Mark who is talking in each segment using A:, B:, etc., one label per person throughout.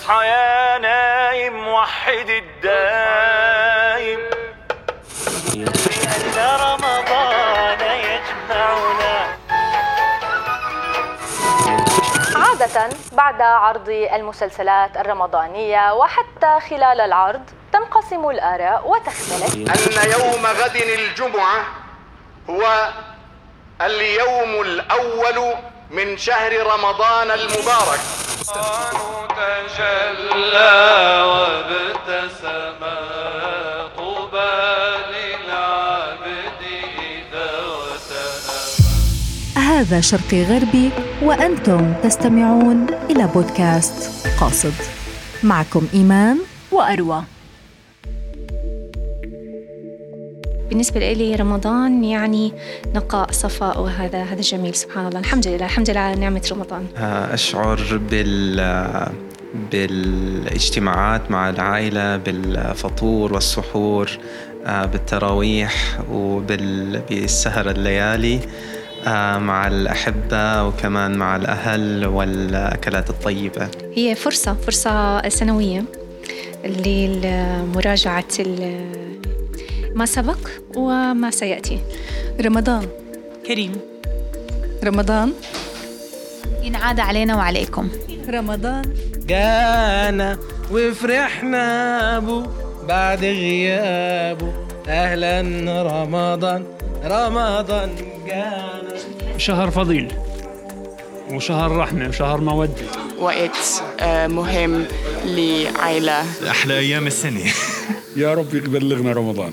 A: اصحى يا نايم وحد الدايم لأن رمضان يجمعنا.
B: عادة بعد عرض المسلسلات الرمضانية وحتى خلال العرض تنقسم الآراء وتختلف.
C: أن يوم غد الجمعة هو اليوم الأول من شهر رمضان المبارك.
A: تجلى وابتسم طوبى للعبد إذا وتنام.
D: هذا شرقي غربي وأنتم تستمعون إلى بودكاست قاصد. معكم إيمان وأروى.
E: بالنسبة لي رمضان يعني نقاء صفاء، وهذا جميل سبحان الله. الحمد لله على نعمة رمضان.
F: أشعر بالاجتماعات مع العائلة، بالفطور والسحور، بالتراويح وبالسهر الليالي مع الأحبة وكمان مع الأهل والأكلات الطيبة.
E: هي فرصة سنوية لمراجعة ما سبق وما سيأتي.
D: رمضان
G: كريم،
D: رمضان
G: ينعاد علينا وعليكم.
D: رمضان
H: جانا وفرحنا بو بعد غيابه، أهلا رمضان جانا.
I: شهر فضيل وشهر رحمة وشهر مودة،
J: وقت مهم لعائلة.
K: أحلى أيام السنة.
L: يا رب يبلغنا رمضان.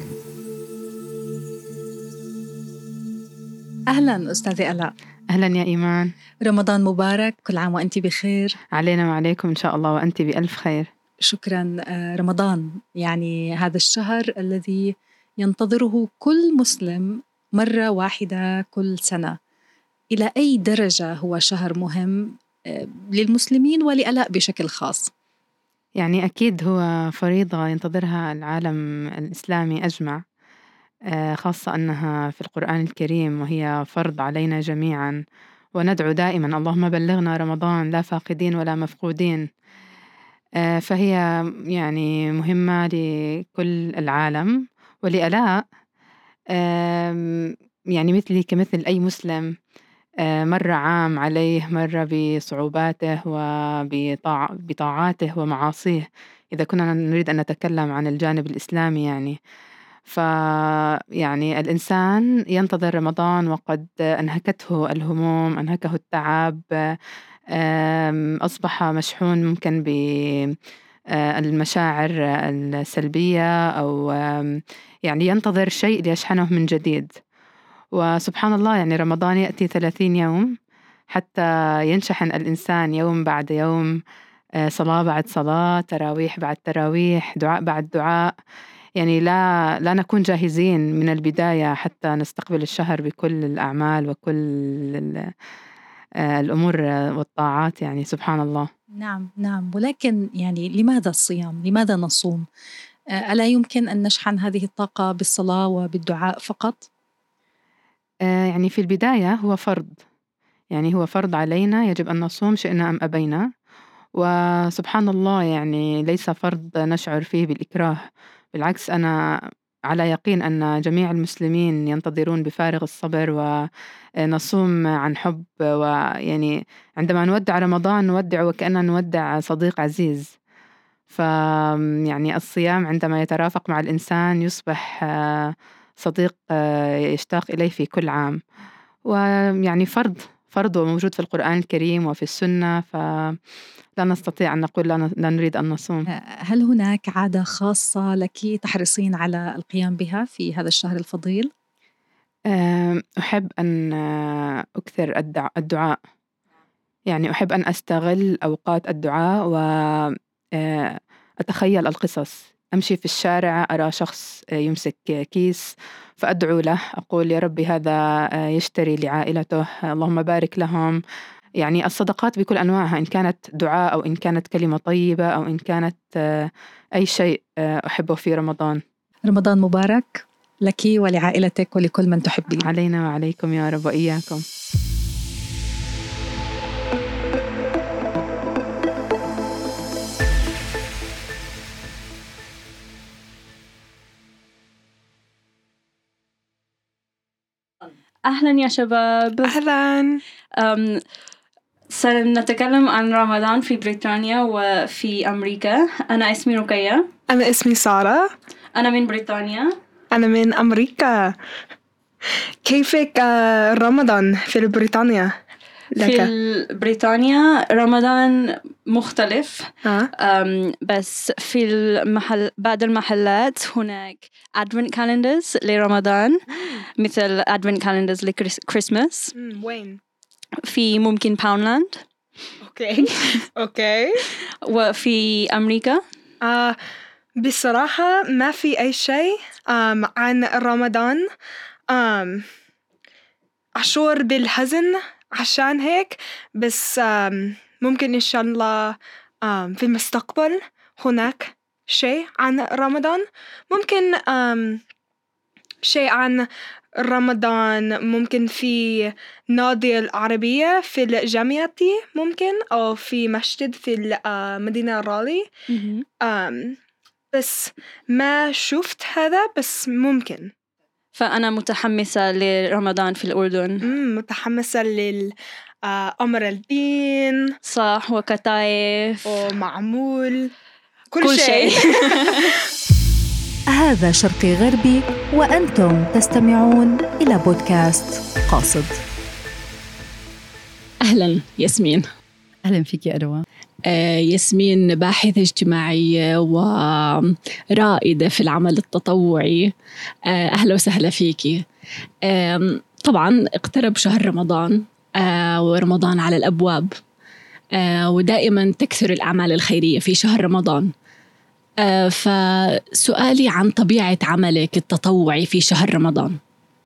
D: أهلا أستاذة آلاء.
M: أهلا يا إيمان،
D: رمضان مبارك، كل عام وأنت بخير.
M: علينا وعليكم إن شاء الله وأنت بألف خير.
D: شكرا. رمضان يعني هذا الشهر الذي ينتظره كل مسلم مرة واحدة كل سنة. إلى أي درجة هو شهر مهم للمسلمين ولآلاء بشكل خاص؟
M: يعني أكيد هو فريضة ينتظرها العالم الإسلامي أجمع، خاصة أنها في القرآن الكريم وهي فرض علينا جميعا، وندعو دائما اللهم بلغنا رمضان لا فاقدين ولا مفقودين. فهي يعني مهمة لكل العالم ولآلاء يعني مثلي كمثل أي مسلم، مر عام عليه، مر بصعوباته وبطاعاته ومعاصيه إذا كنا نريد أن نتكلم عن الجانب الإسلامي يعني. يعني الإنسان ينتظر رمضان وقد أنهكته الهموم، أنهكه التعب، أصبح مشحون ممكن بالمشاعر السلبية، أو يعني ينتظر شيء ليشحنه من جديد. وسبحان الله يعني رمضان يأتي 30 يوم حتى ينشحن الإنسان يوم بعد يوم، صلاة بعد صلاة، تراويح بعد تراويح، دعاء بعد دعاء. يعني لا نكون جاهزين من البداية حتى نستقبل الشهر بكل الأعمال وكل الأمور والطاعات، يعني سبحان الله.
D: نعم. ولكن يعني لماذا الصيام؟ لماذا نصوم؟ ألا يمكن أن نشحن هذه الطاقة بالصلاة وبالدعاء فقط؟
M: يعني في البداية هو فرض، يعني هو فرض علينا، يجب أن نصوم شئنا أم أبينا. وسبحان الله يعني ليس فرض نشعر فيه بالإكراه، بالعكس أنا على يقين أن جميع المسلمين ينتظرون بفارغ الصبر ونصوم عن حب. ويعني عندما نودع رمضان نودع وكأننا نودع صديق عزيز. فيعني الصيام عندما يترافق مع الإنسان يصبح صديق يشتاق إليه في كل عام. ويعني فرض وموجود في القرآن الكريم وفي السنة، فلا نستطيع أن نقول لا نريد أن نصوم.
D: هل هناك عادة خاصة لك تحرصين على القيام بها في هذا الشهر الفضيل؟
M: أحب أن أكثر الدعاء، يعني أحب أن أستغل أوقات الدعاء وأتخيل القصص. أمشي في الشارع أرى شخص يمسك كيس فأدعو له، أقول يا ربي هذا يشتري لعائلته، اللهم بارك لهم. يعني الصدقات بكل أنواعها، إن كانت دعاء أو إن كانت كلمة طيبة أو إن كانت أي شيء أحبه في رمضان.
D: رمضان مبارك لك ولعائلتك ولكل من تحبين.
M: علينا وعليكم يا رب وإياكم.
K: أهلا يا شباب.
N: أهلا.
K: سنتكلم عن رمضان في بريطانيا وفي أمريكا. أنا اسمي رقية.
N: أنا اسمي سارة.
K: أنا من بريطانيا.
N: أنا من أمريكا. كيفك رمضان في بريطانيا؟
K: في بريطانيا رمضان مختلف. بس في بعض المحلات هناك Advent calendars لرمضان مثل Advent calendars لكريسماس.
N: وين؟
K: في ممكن باوندلاند.
N: أوكي.
K: وفي أمريكا
N: بصراحة ما في أي شيء عن رمضان. أشعر بالحزن عشان هيك، بس ممكن إن شاء الله في المستقبل هناك شيء عن رمضان. ممكن شيء عن رمضان ممكن في نادي العربية في الجامعة ممكن، أو في مسجد في المدينة رالي. بس ما شفت هذا، بس ممكن.
K: فأنا متحمسة لرمضان في الأردن.
N: متحمسة للأمر الدين،
K: صح، وكتايف
N: ومعمول كل شيء.
B: هذا شرقي غربي، وأنتم تستمعون إلى بودكاست قاصد.
O: أهلا ياسمين.
P: أهلا فيك يا أروى.
O: ياسمين باحثة اجتماعية ورائدة في العمل التطوعي. أهلا وسهلا فيكي. طبعا اقترب شهر رمضان، ورمضان على الأبواب، ودائما تكثر الأعمال الخيرية في شهر رمضان. فسؤالي عن طبيعة عملك التطوعي في شهر رمضان.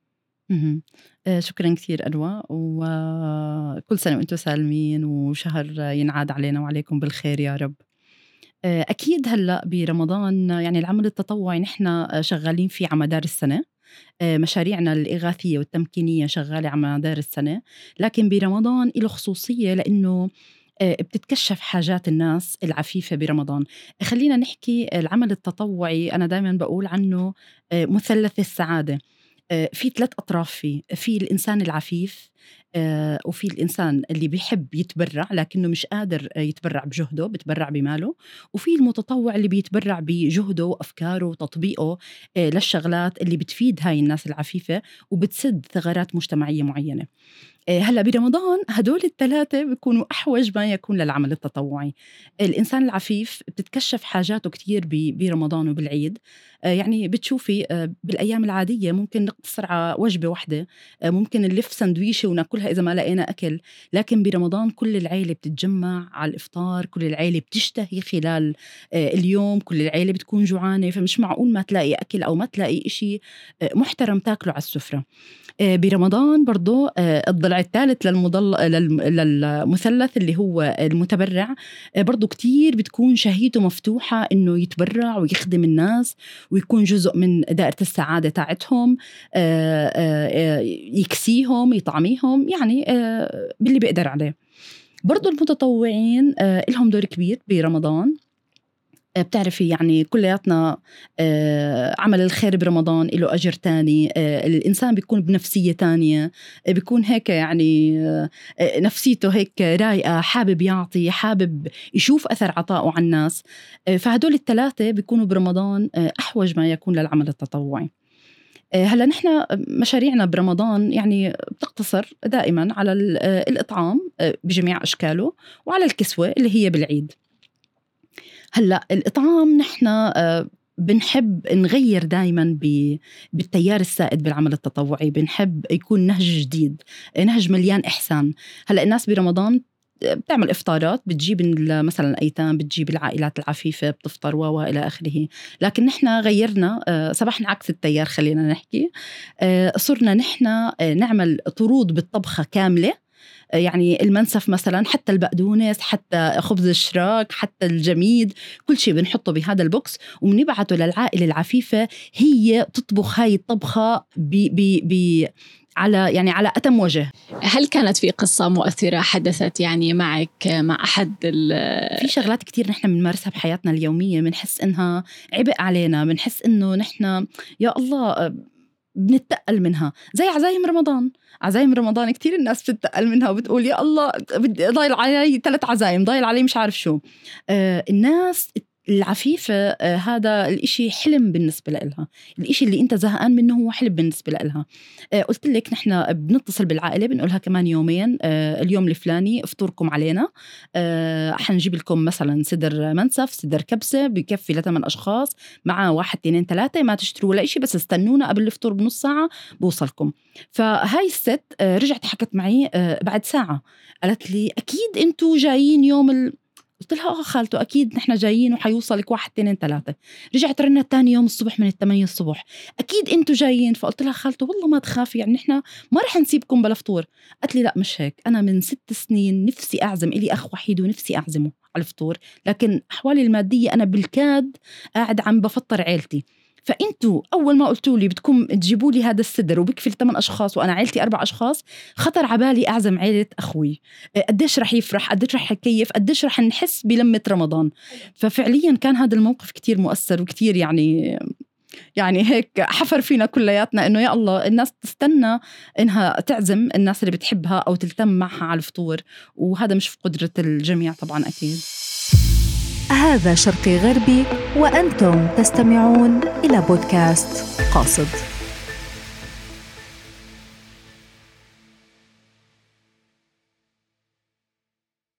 P: شكرا كثير أروى، وكل سنة وأنتم سالمين، وشهر ينعاد علينا وعليكم بالخير يا رب. أكيد هلأ برمضان يعني العمل التطوعي نحن شغالين فيه على مدار السنة. مشاريعنا الإغاثية والتمكينية شغالة على مدار السنة، لكن برمضان له خصوصية لأنه بتتكشف حاجات الناس العفيفة برمضان. خلينا نحكي العمل التطوعي، أنا دايما بقول عنه مثلث السعادة. في 3 أطراف في الإنسان العفيف، وفي الإنسان اللي بيحب يتبرع لكنه مش قادر يتبرع بجهده، بيتبرع بماله، وفي المتطوع اللي بيتبرع بجهده وأفكاره وتطبيقه للشغلات اللي بتفيد هاي الناس العفيفة وبتسد ثغرات مجتمعية معينة. هلأ برمضان هدول ال3 بيكونوا أحوج ما يكون للعمل التطوعي. الإنسان العفيف بتتكشف حاجاته كتير برمضان وبالعيد. يعني بتشوفي بالأيام العادية ممكن نقتصر على وجبة واحدة، ممكن نلف سندويشة وناكلها إذا ما لقينا أكل، لكن برمضان كل العيلة بتتجمع على الإفطار، كل العيلة بتشتهي خلال اليوم، كل العيلة بتكون جوعانة، فمش معقول ما تلاقي أكل أو ما تلاقي إشي محترم تاكله على السفرة. برمضان برضو الضلع الثالث للمثلث اللي هو المتبرع، برضو كتير بتكون شهيته مفتوحة إنه يتبرع ويخدم الناس ويكون جزء من دائرة السعادة تاعتهم، يكسيهم يطعميهم، يعني باللي بيقدر عليه. برضو المتطوعين لهم دور كبير برمضان. بتعرفي يعني كلياتنا عمل الخير برمضان له أجر تاني. الإنسان بيكون بنفسية تانية، بيكون هيك يعني نفسيته هيك رايقة، حابب يعطي، حابب يشوف أثر عطائه على الناس. فهدول ال3 بيكونوا برمضان أحوج ما يكون للعمل التطوعي. هلا نحن مشاريعنا برمضان يعني بتقتصر دائما على الإطعام بجميع أشكاله، وعلى الكسوة اللي هي بالعيد. هلأ الإطعام نحن بنحب نغير دايما بالتيار السائد بالعمل التطوعي، بنحب يكون نهج جديد، نهج مليان إحسان. هلأ الناس برمضان بتعمل إفطارات، بتجيب مثلا الأيتام، بتجيب العائلات العفيفة بتفطر وإلى آخره، لكن نحن غيرنا، صبحنا عكس التيار. خلينا نحكي صرنا نحن نعمل طرود بالطبخة كاملة، يعني المنسف مثلا، حتى البقدونس، حتى خبز الشراك، حتى الجميد، كل شيء بنحطه بهذا البوكس وبنبعته للعائلة العفيفة هي تطبخ هاي الطبخة على أتم وجه.
O: هل كانت في قصة مؤثرة حدثت يعني معك مع أحد
P: في شغلات كتير نحن بنمارسها بحياتنا اليومية بنحس إنها عبء علينا، بنحس إنه نحن يا الله بنتقل منها، زي عزايم رمضان. عزايم رمضان كتير الناس بتتقل منها وبتقول يا الله بدي ضايل علي 3 عزايم، ضايل علي مش عارف شو. الناس العفيفة هذا الإشي حلم بالنسبة لها، الإشي اللي أنت زهقان منه هو حلم بالنسبة لها. قلت لك نحن بنتصل بالعائلة بنقولها كمان يومين اليوم الفلاني افطركم علينا، حنجيب لكم مثلا صدر منسف، صدر كبسة بكفي ل8 أشخاص مع 1 2 3، ما تشتروا ولا إشي، بس استنونا قبل الفطور بنص ساعة بوصلكم. فهاي الست رجعت حكت معي بعد ساعة، قالت لي أكيد أنتوا جايين يوم قلت لها خالته أكيد نحن جايين وحيوصلك 1 2 3. رجعت رنت تاني يوم الصبح من 8 الصبح، أكيد أنتوا جايين. فقلت لها خالته والله ما تخافي، يعني نحن ما رح نسيبكم بلا فطور. قالت لي لا مش هيك، أنا من 6 سنين نفسي أعزم، إلي أخ وحيد ونفسي أعزمه على الفطور، لكن أحوالي المادية أنا بالكاد قاعد عم بفطر عيلتي. فأنتوا أول ما قلتوا لي بدكم تجيبوا لي هذا الصدر وبكفي 8 أشخاص وأنا عيلتي 4 أشخاص، خطر عبالي أعزم عيلة أخوي، قديش رح يفرح، قديش رح يكيف، قديش رح نحس بلمة رمضان. ففعليا كان هذا الموقف كتير مؤثر وكتير يعني هيك حفر فينا كلياتنا إنه يا الله الناس تستنى إنها تعزم الناس اللي بتحبها أو تلتم معها على الفطور، وهذا مش في قدرة الجميع طبعا أكيد.
B: هذا شرقي غربي، وأنتم تستمعون إلى بودكاست قاصد.